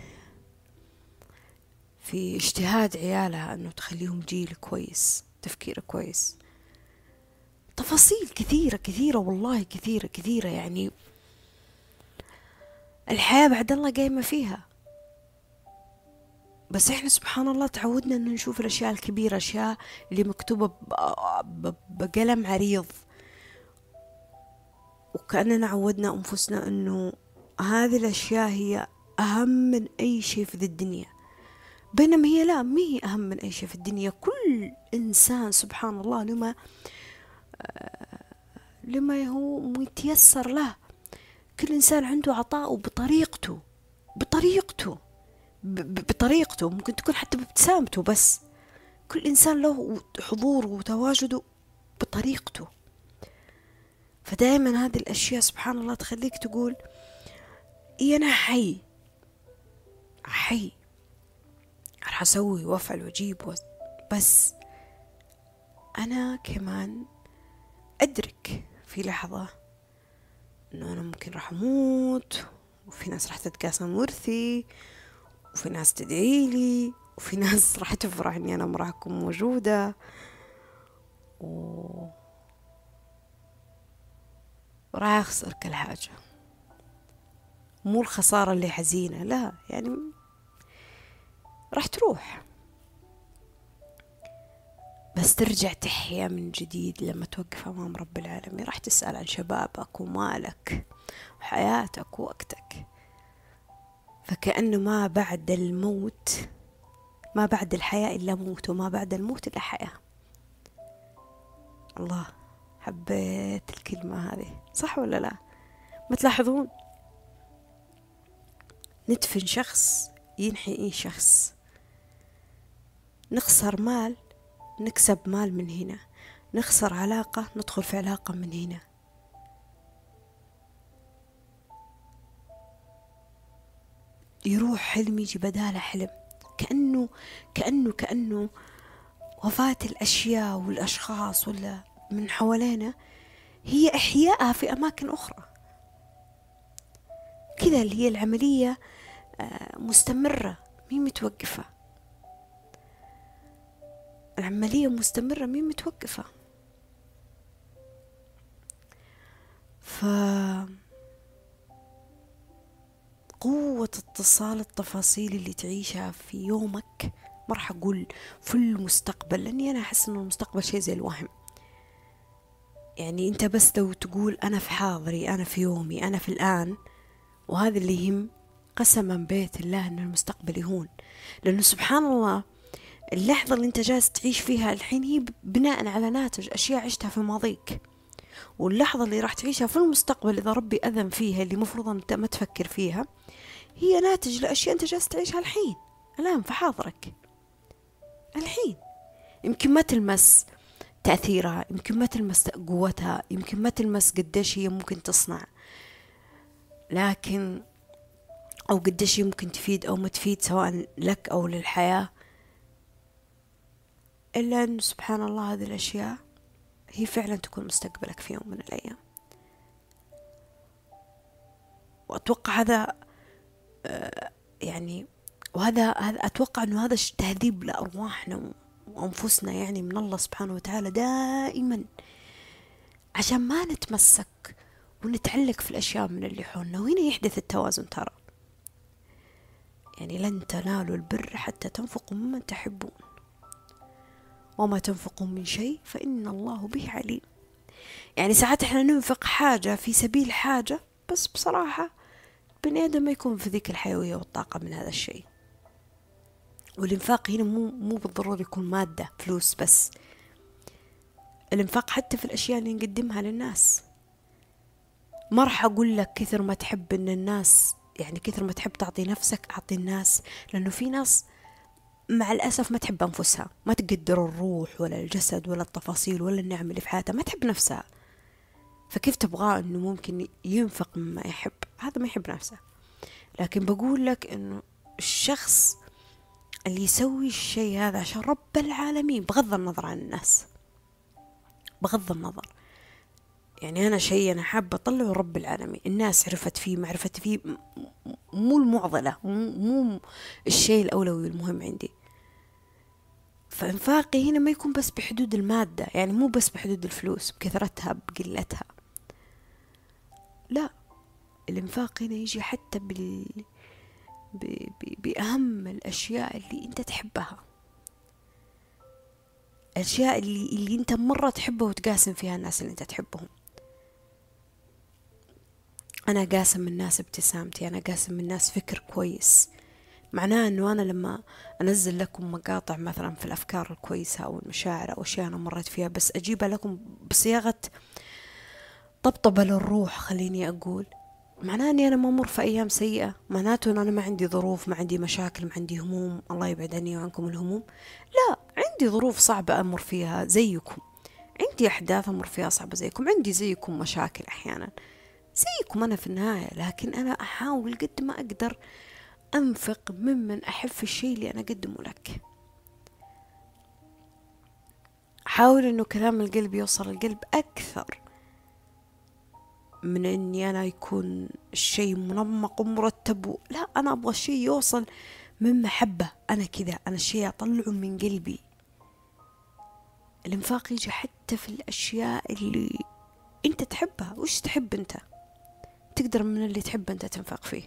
في اجتهاد عيالها أنه تخليهم جيل كويس، تفكير كويس. تفاصيل كثيرة كثيرة والله، كثيرة كثيرة. يعني الحياة بعد الله قايمة فيها، بس احنا سبحان الله تعودنا ان نشوف الاشياء الكبيرة، اشياء اللي مكتوبة بقلم عريض، وكأننا عودنا انفسنا انه هذه الاشياء هي اهم من اي شيء في الدنيا، بينما هي لا، ما هي اهم من اي شيء في الدنيا. كل انسان سبحان الله لما لما هو متيسر له، كل انسان عنده عطاءه بطريقته بطريقته بطريقته ممكن تكون حتى بابتسامته، بس كل إنسان له حضور وتواجده بطريقته. فدائما هذه الأشياء سبحان الله تخليك تقول إيه، أنا حي حي راح أسوي وأفعل وأجيب، بس أنا كمان أدرك في لحظة إنه أنا ممكن راح أموت، وفي ناس راح تتقاسم ورثي، وفي ناس تدعي لي، وفي ناس راح تفرح إني أنا راح أكون موجودة، و... وراح أخسر كل حاجة. مو الخسارة اللي حزينة، لا، يعني راح تروح، بس ترجع تحيا من جديد لما توقف أمام رب العالمين. راح تسأل عن شبابك ومالك وحياتك ووقتك، فكأنه ما بعد الموت، ما بعد الحياة إلا موت، وما بعد الموت إلا حياة. الله، حبيت الكلمة هذه، صح ولا لا؟ ما تلاحظون ندفن شخص ينحي شخص، نخسر مال نكسب مال من هنا، نخسر علاقة ندخل في علاقة من هنا. يروح حلم يجي بداله حلم، كأنه كأنه كأنه وفاة الأشياء والأشخاص ولا من حوالينا هي إحيائها في أماكن أخرى كذا، اللي هي العملية مستمرة مي متوقفة، العملية مستمرة مي متوقفة. ف قوة اتصال التفاصيل اللي تعيشها في يومك، ما راح أقول في المستقبل، لأني أنا أحس إنه المستقبل شيء زي الوهم. يعني أنت بس لو تقول أنا في حاضري، أنا في يومي، أنا في الآن، وهذا اللي يهم، قسما بيت الله أن المستقبل يهون. لأنه سبحان الله اللحظة اللي أنت جالس تعيش فيها الحين هي بناء على ناتج أشياء عشتها في ماضيك، واللحظة اللي راح تعيشها في المستقبل إذا ربي أذن فيها، اللي مفروض أنت ما تفكر فيها، هي ناتج لأشياء أنت جالس تعيشها الحين، الآن في حاضرك الحين. يمكن ما تلمس تأثيرها، يمكن ما تلمس قوتها، يمكن ما تلمس قديش هي ممكن تصنع، لكن أو قديش هي ممكن تفيد أو ما تفيد سواء لك أو للحياة، إلا أن سبحان الله هذه الأشياء هي فعلا تكون مستقبلك في يوم من الأيام. وأتوقع هذا يعني، وهذا هذا أتوقع أنه هذا تهذيب لأرواحنا وأنفسنا يعني من الله سبحانه وتعالى دائما، عشان ما نتمسك ونتعلق في الأشياء من اللي حولنا. وهنا يحدث التوازن. ترى يعني لن تنالوا البر حتى تنفقوا ممن تحبون، وما تنفقوا من شيء فإن الله به عليم. يعني ساعات احنا ننفق حاجة في سبيل حاجة، بس بصراحة بني آدم ما يكون في ذيك الحيوية والطاقة من هذا الشيء، والإنفاق هنا مو مو بالضرورة يكون مادة فلوس بس، الإنفاق حتى في الأشياء اللي نقدمها للناس. ما راح أقول لك كثر ما تحب إن الناس، يعني كثر ما تحب تعطي نفسك أعطي الناس، لأنه في ناس مع الأسف ما تحب أنفسها، ما تقدر الروح ولا الجسد ولا التفاصيل ولا النعم اللي في حياتها، ما تحب نفسها. فكيف تبغاه إنه ممكن ينفق مما يحب؟ هذا ما يحب نفسه. لكن بقول لك إنه الشخص اللي يسوي الشيء هذا عشان رب العالمين، بغض النظر عن الناس، بغض النظر، يعني أنا شيء أنا حابة أطلعه رب العالمين، الناس عرفت فيه ما عرفت فيه مو المعضلة، مو الشيء الأولوي المهم عندي. فإنفاقي هنا ما يكون بس بحدود المادة، يعني مو بس بحدود الفلوس بكثرتها بقلتها، لا، الإنفاق هنا يجي حتى بال... ب... ب... بأهم الأشياء اللي أنت تحبها، الأشياء اللي, اللي أنت مرة تحبها وتقاسم فيها الناس اللي أنت تحبهم. أنا قاسم الناس ابتسامتي، أنا قاسم الناس فكر كويس، معناه أنه أنا لما أنزل لكم مقاطع مثلا في الأفكار الكويسة أو المشاعر أو أشياء أنا مريت فيها، بس أجيبها لكم بصياغة طبطبة للروح، خليني أقول، معناه أني أنا ما أمر في أيام سيئة، معناته أن أنا ما عندي ظروف، ما عندي مشاكل، ما عندي هموم، الله يبعد عني وعنكم الهموم. لا، عندي ظروف صعبة أمر فيها زيكم، عندي أحداث أمر فيها صعبة زيكم، عندي زيكم مشاكل أحيانا زيكم أنا في النهاية، لكن أنا أحاول قد ما أقدر أنفق ممن أحب في الشيء اللي أنا أقدمه لك. أحاول أنه كلام القلب يوصل القلب أكثر من أني أنا يكون الشيء منمق ومرتب، لا، أنا أبغى الشيء يوصل من محبة، أنا كذا، أنا الشيء أطلعه من قلبي. الإنفاق يجي حتى في الأشياء اللي أنت تحبها. وش تحب أنت؟ تقدر من اللي تحب أنت تنفق فيه،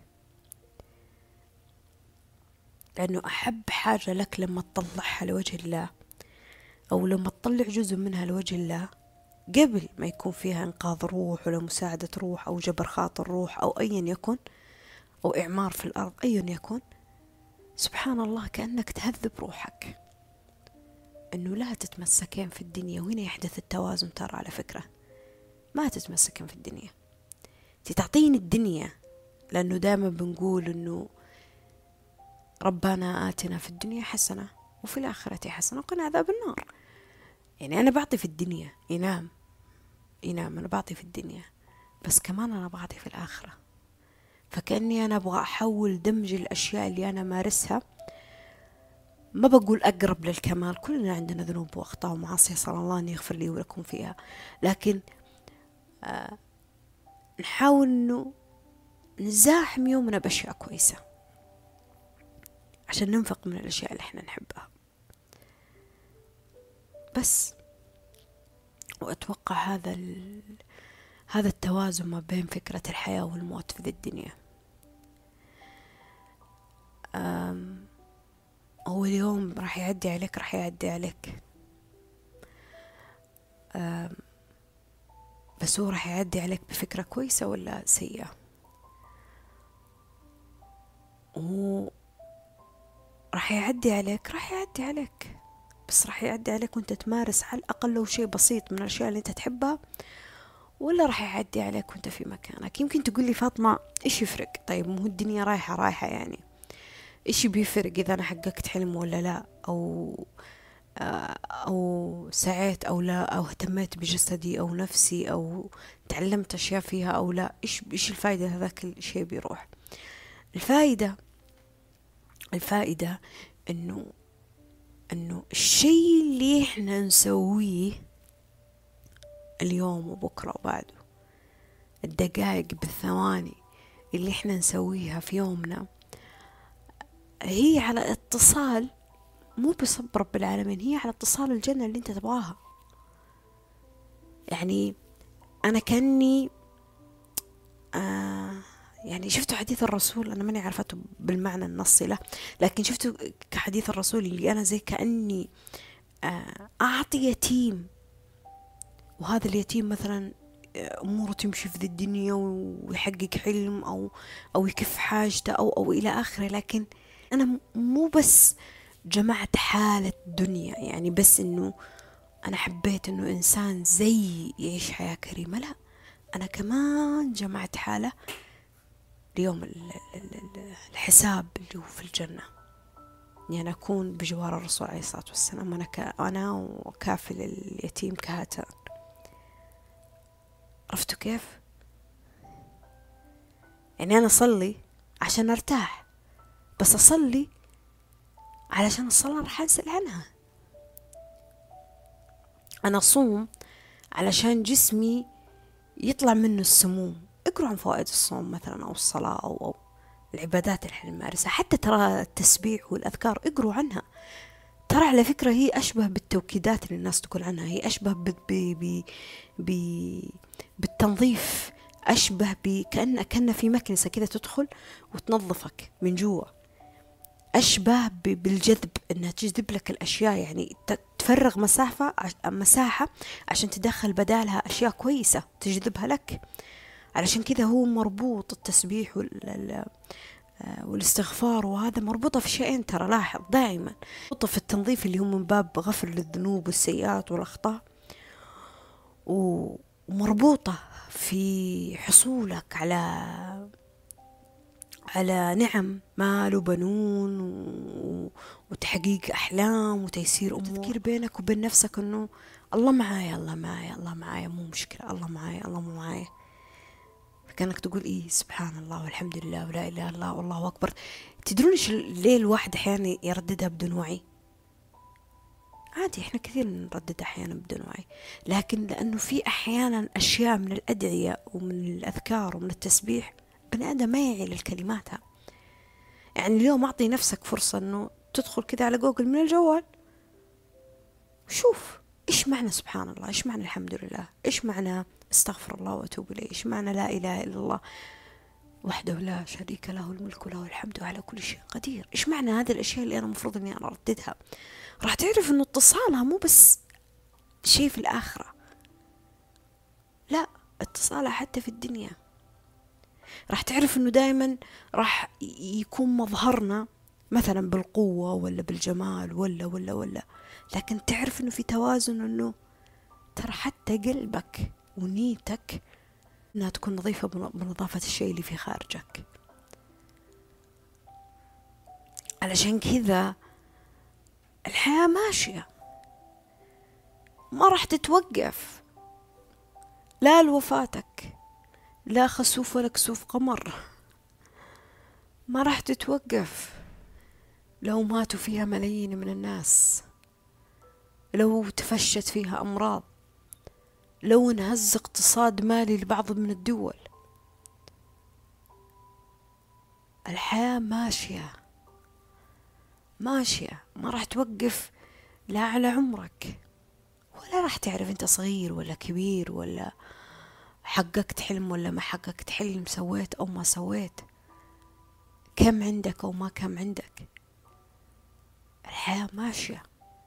لأنه أحب حاجة لك لما تطلعها لوجه الله، أو لما تطلع جزء منها لوجه الله قبل ما يكون فيها إنقاذ روح ولا مساعدة روح أو جبر خاطر روح أو أيا يكن، أو إعمار في الأرض أيا يكن، سبحان الله كأنك تهذب روحك أنه لا تتمسكين في الدنيا. وهنا يحدث التوازن، ترى على فكرة ما تتمسكين في الدنيا، تعطين الدنيا، لأنه دائما بنقول أنه ربنا آتنا في الدنيا حسنة وفي الآخرة حسنة وقنا عذاب النار. يعني أنا بعطي في الدنيا، ينام ينام أنا بعطي في الدنيا، بس كمان أنا بعطي في الآخرة. فكأني أنا أبغى أحول دمج الأشياء اللي أنا مارسها، ما بقول أقرب للكمال، كلنا عندنا ذنوب وأخطاء ومعاصي، صلى الله أن يغفر لي ولكم فيها، لكن آه نحاول أنه نزاحم يومنا بأشياء كويسة عشان ننفق من الأشياء اللي احنا نحبها بس. وأتوقع هذا ال... هذا التوازن ما بين فكرة الحياة والموت في ذي الدنيا. أم... أول يوم راح يعدي عليك راح يعدي عليك، أم... بس هو راح يعدي عليك بفكرة كويسة ولا سيئة، و راح يعدي عليك راح يعدي عليك بس راح يعدي عليك وانت تمارس على الأقل لو شيء بسيط من الأشياء اللي انت تحبها، ولا راح يعدي عليك وانت في مكانك. يمكن تقول لي فاطمة ايش يفرق؟ طيب مو الدنيا رايحة رايحة، يعني ايش بيفرق اذا انا حققت حلم ولا لا، او او سعيت او لا، او اهتميت بجسدي او نفسي او تعلمت اشياء فيها او لا، ايش ايش الفائدة؟ هذاك الشيء بيروح. الفائدة الفائدة انه انه الشيء اللي احنا نسويه اليوم وبكرة وبعده، الدقائق بالثواني اللي احنا نسويها في يومنا، هي على اتصال مو بس برب العالمين، هي على اتصال الجنة اللي انت تبغاها. يعني انا كأني آه يعني شفتوا حديث الرسول، انا ماني عرفته بالمعنى النصي له، لكن شفتوا كحديث الرسول اللي انا زي كأني آه اعطي يتيم، وهذا اليتيم مثلا اموره تمشي في ذي الدنيا ويحقق حلم او او يكف حاجته او او الى اخره، لكن انا مو بس جمعت حالة دنيا، يعني بس إنه أنا حبيت إنه إنسان زي يعيش حياة كريمة، لا، أنا كمان جمعت حالة ليوم ال- ال- ال- الحساب اللي هو في الجنة، يعني أكون بجوار الرسول عليه الصلاة والسلام، أنا ك... أنا وكافل اليتيم كهاتان. عرفتوا كيف؟ يعني أنا أصلي عشان أرتاح، بس أصلي علشان الصلاة راح أسأل عنها. أنا أصوم علشان جسمي يطلع منه السموم. اقروا عن فوائد الصوم مثلا، أو الصلاة، أو, أو العبادات اللي احنا نمارسها، حتى ترى التسبيح والأذكار اقروا عنها. ترى على فكرة هي أشبه بالتوكيدات اللي الناس تقول عنها، هي أشبه ب ب ب ب بالتنظيف، أشبه بكأن كأن في مكنسة كذا تدخل وتنظفك من جوا، أشبه ب- بالجذب، إنها تجذب لك الأشياء، يعني ت- تفرغ مسافة عش- مساحة عشان تدخل بدالها أشياء كويسة تجذبها لك. علشان كذا هو مربوط التسبيح وال ال- آه، والاستغفار، وهذا مربوطة في شيئين، ترى لاحظ دائما مربوطة في التنظيف اللي هو من باب غفر للذنوب والسيئات والأخطاء، و- ومربوطة في حصولك على على نعم، مال وبنون و... وتحقيق أحلام وتيسير أمور، تذكير بينك وبين نفسك أنه الله معايا الله معايا الله معايا، مو مشكلة، الله معايا الله مو معايا. فكانك تقول إيه سبحان الله والحمد لله ولا إله إلا الله والله أكبر. تدرون إيش ليه الواحد أحيانا يرددها بدون وعي؟ عادي، إحنا كثير نردد أحيانا بدون وعي، لكن لأنه في أحيانا أشياء من الأدعية ومن الأذكار ومن التسبيح بني آدم ما يعي للكلماتها. يعني اليوم أعطي نفسك فرصة أنه تدخل كذا على جوجل من الجوال، شوف إيش معنى سبحان الله، إيش معنى الحمد لله، إيش معنى استغفر الله وأتوب إليه، إيش معنى لا إله إلا الله وحده لا شريك له الملك وله الحمد على كل شيء قدير. إيش معنى هذه الأشياء اللي أنا مفروض أني أنا أرددها؟ راح تعرف أنه اتصالها مو بس شيء في الآخرة، لا، اتصالها حتى في الدنيا. راح تعرف أنه دائما راح يكون مظهرنا مثلا بالقوة ولا بالجمال ولا ولا ولا لكن تعرف أنه في توازن، أنه ترى حتى قلبك ونيتك أنها تكون نظيفة بنظافة الشيء اللي في خارجك. علشان كذا الحياة ماشية، ما راح تتوقف، لا لوفاتك، لا خسوف ولا كسوف قمر، ما راح تتوقف. لو ماتوا فيها ملايين من الناس، لو تفشت فيها أمراض، لو انهز اقتصاد مالي لبعض من الدول، الحياة ماشية ماشية، ما راح توقف، لا على عمرك، ولا راح تعرف انت صغير ولا كبير، ولا حققت حلم ولا ما حققت حلم، سويت او ما سويت، كم عندك او ما كم عندك، الحياة ماشية.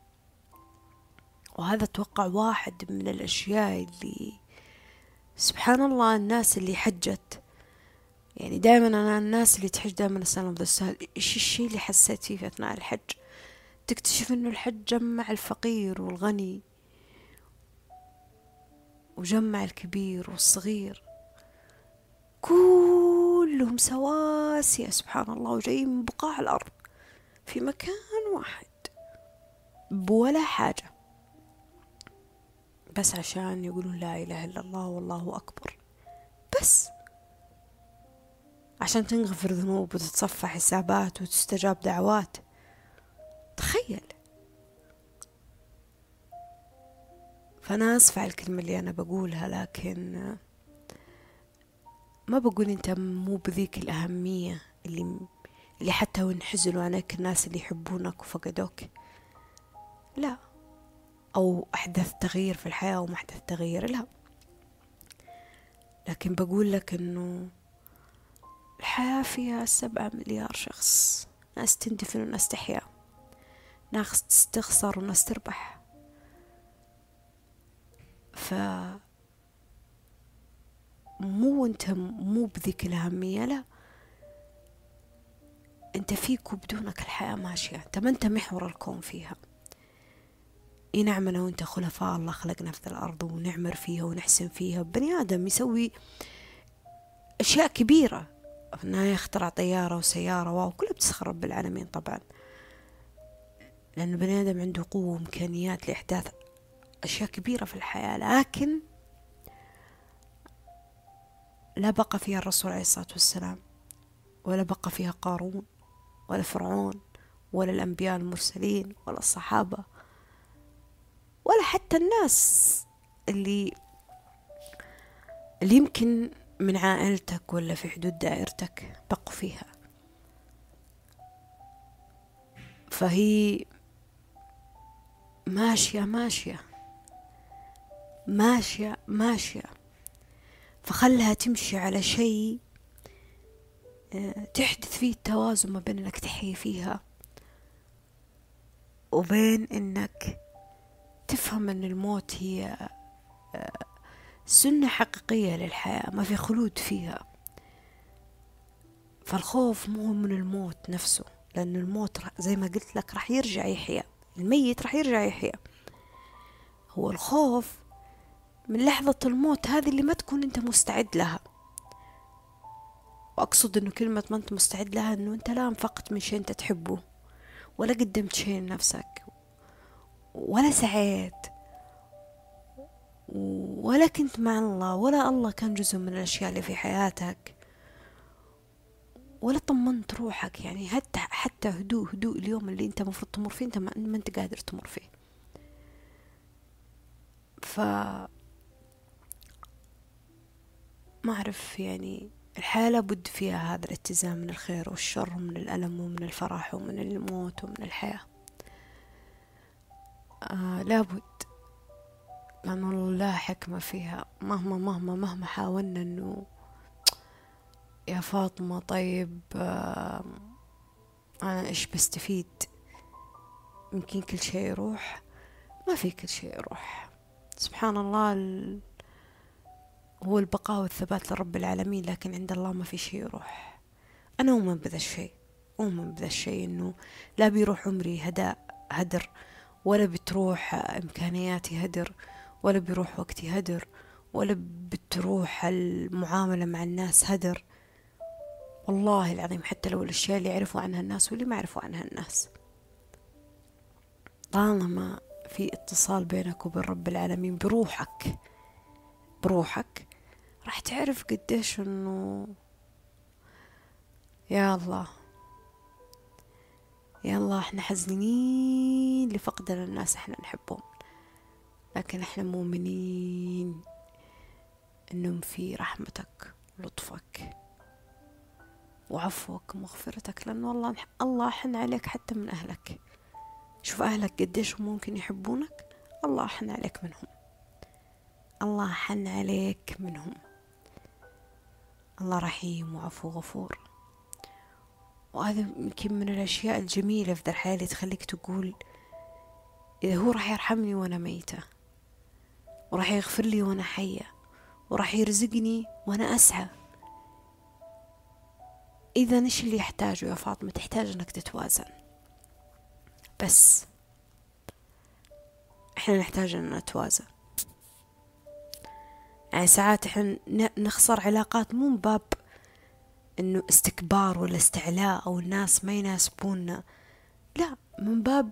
وهذا اتوقع واحد من الاشياء اللي سبحان الله الناس اللي حجت، يعني دائما أنا الناس اللي تحج دائما أسألهم ذا السؤال، إيش الشيء اللي حسيت فيه في أثناء الحج؟ تكتشف إنه الحج جمع الفقير والغني، وجمع الكبير والصغير، كلهم سواسية سبحان الله، وجايين من بقاع الأرض في مكان واحد بولا حاجة، بس عشان يقولون لا إله إلا الله والله أكبر، بس عشان تنغفر ذنوب وتتصفى حسابات وتستجاب دعوات. تخيل. فأنا أسفة على الكلمة اللي أنا بقولها، لكن ما بقول أنت مو بذيك الأهمية اللي اللي حتى وانحزلوا عنك الناس اللي يحبونك وفقدوك، لا، أو أحدث تغيير في الحياة وما أحدث تغيير، لا، لكن بقول لك إنه الحياة فيها سبعة مليار شخص، ناس تندفن وناس تحيا، ناس تخسر وناس تربح. ف مو انت مو بذيك الأهمية، لا، انت فيك وبدونك الحياة ماشية، انت ما انت محور الكون فيها. اي نعم انا وانت خلفاء، الله خلقنا في الارض ونعمر فيها ونحسن فيها. بني ادم يسوي اشياء كبيرة، في النهاية اخترع طيارة وسيارة واو، كلها بتسخر رب العالمين طبعا، لأن البني آدم عنده قوة وإمكانيات لإحداث أشياء كبيرة في الحياة، لكن لا بقى فيها الرسول عليه الصلاة والسلام، ولا بقى فيها قارون، ولا فرعون، ولا الأنبياء المرسلين، ولا الصحابة، ولا حتى الناس اللي اللي يمكن من عائلتك ولا في حدود دائرتك بقوا فيها. فهي ماشية ماشية ماشية ماشية، فخلها تمشي على شيء تحدث فيه التوازن ما بين انك تحيي فيها وبين انك تفهم ان الموت هي سنة حقيقية للحياة، ما في خلود فيها. فالخوف مو من الموت نفسه، لأن الموت زي ما قلت لك راح يرجع يحيا، الميت راح يرجع يحيا. هو الخوف من لحظة الموت هذه اللي ما تكون انت مستعد لها. وأقصد انه كلمة ما انت مستعد لها انه انت لا انفقت من شيء انت تحبه، ولا قدمت شيء لنفسك، ولا سعيت، ولا كنت مع الله، ولا الله كان جزء من الأشياء اللي في حياتك، ولا طمنت روحك. يعني حتى حتى هدوء هدوء اليوم اللي انت مفروض تمر فيه انت ما, ما انت قادر تمر فيه. ف ما أعرف، يعني الحياة لابد فيها هذا الاتزان من الخير والشر، ومن الألم ومن الفرح ومن الموت ومن الحياة. آه لابد، لأن الله حكمة فيها. مهما مهما مهما حاولنا أنه يا فاطمة طيب آه أنا إيش بستفيد، يمكن كل شيء يروح، ما في كل شيء يروح. سبحان الله، ال... هو البقاء والثبات لرب العالمين، لكن عند الله ما في شيء يروح. أنا أؤمن بذا الشيء، أؤمن بذا الشيء إنه لا بيروح عمري هداء هدر، ولا بتروح إمكانياتي هدر، ولا بيروح وقتي هدر، ولا بتروح المعاملة مع الناس هدر. والله العظيم حتى لو الأشياء اللي يعرفوا عنها الناس واللي ما يعرفوا عنها الناس، طالما في اتصال بينك وبين رب العالمين بروحك بروحك راح تعرف قديش انه يا الله يا الله احنا حزينين لفقدنا الناس احنا نحبهم، لكن احنا مؤمنين انهم في رحمتك ولطفك وعفوك ومغفرتك، لأن والله الله حن عليك حتى من أهلك. شوف أهلك قديش ممكن يحبونك، الله حن عليك منهم، الله حن عليك منهم. الله رحيم وعفو غفور. وهذا يمكن من الأشياء الجميلة في ذا الحياة اللي تخليك تقول إذا هو راح يرحمني وأنا ميتة، وراح يغفر لي وأنا حية، وراح يرزقني وأنا أسعى، إذا إيش اللي يحتاجه يا فاطمة؟ تحتاج أنك تتوازن. بس إحنا نحتاج أن نتوازن. يعني ساعات إحنا نخسر علاقات مو من باب إنه استكبار ولا استعلاء أو الناس ما يناسبوننا، لا، من باب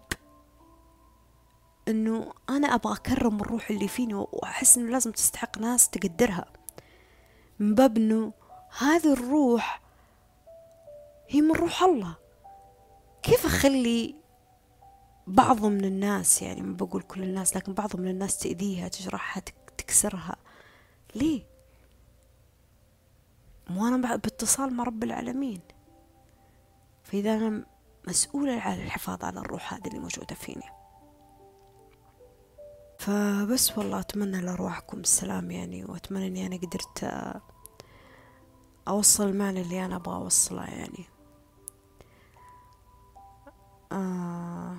إنه أنا أبغى أكرم الروح اللي فيني وأحس إنه لازم تستحق ناس تقدرها، من باب إنه هذه الروح هي من روح الله. كيف أخلي بعض من الناس، يعني ما بقول كل الناس، لكن بعض من الناس تأذيها، تجرحها، تكسرها؟ ليه؟ مو أنا باتصال مع رب العالمين، فإذا أنا مسؤولة على الحفاظ على الروح هذه اللي موجودة فيني. فبس والله أتمنى لأرواحكم السلام يعني، وأتمنى أني أنا قدرت أوصل المعنى اللي أنا أبغى أوصله يعني. آه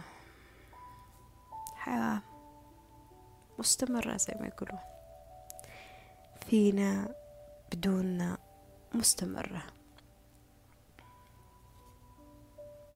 حياة مستمرة زي ما يقولون، فينا بدوننا مستمرة.